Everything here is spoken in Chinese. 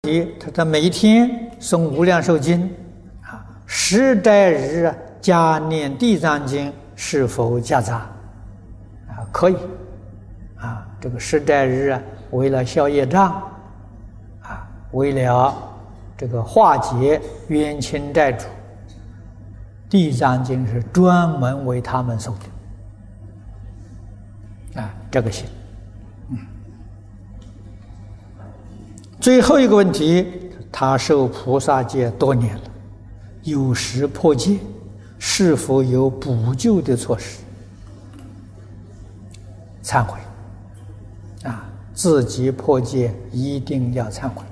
题，他每一天诵无量寿经啊，10斋日啊加念地藏经是否夹杂啊？可以啊，这个10斋日啊，为了消业障啊，为了这个化解冤亲债主，地藏经是专门为他们诵的啊，这个行。最后一个问题，他受菩萨戒多年了，有时破戒，是否有补救的措施？忏悔啊，自己破戒一定要忏悔。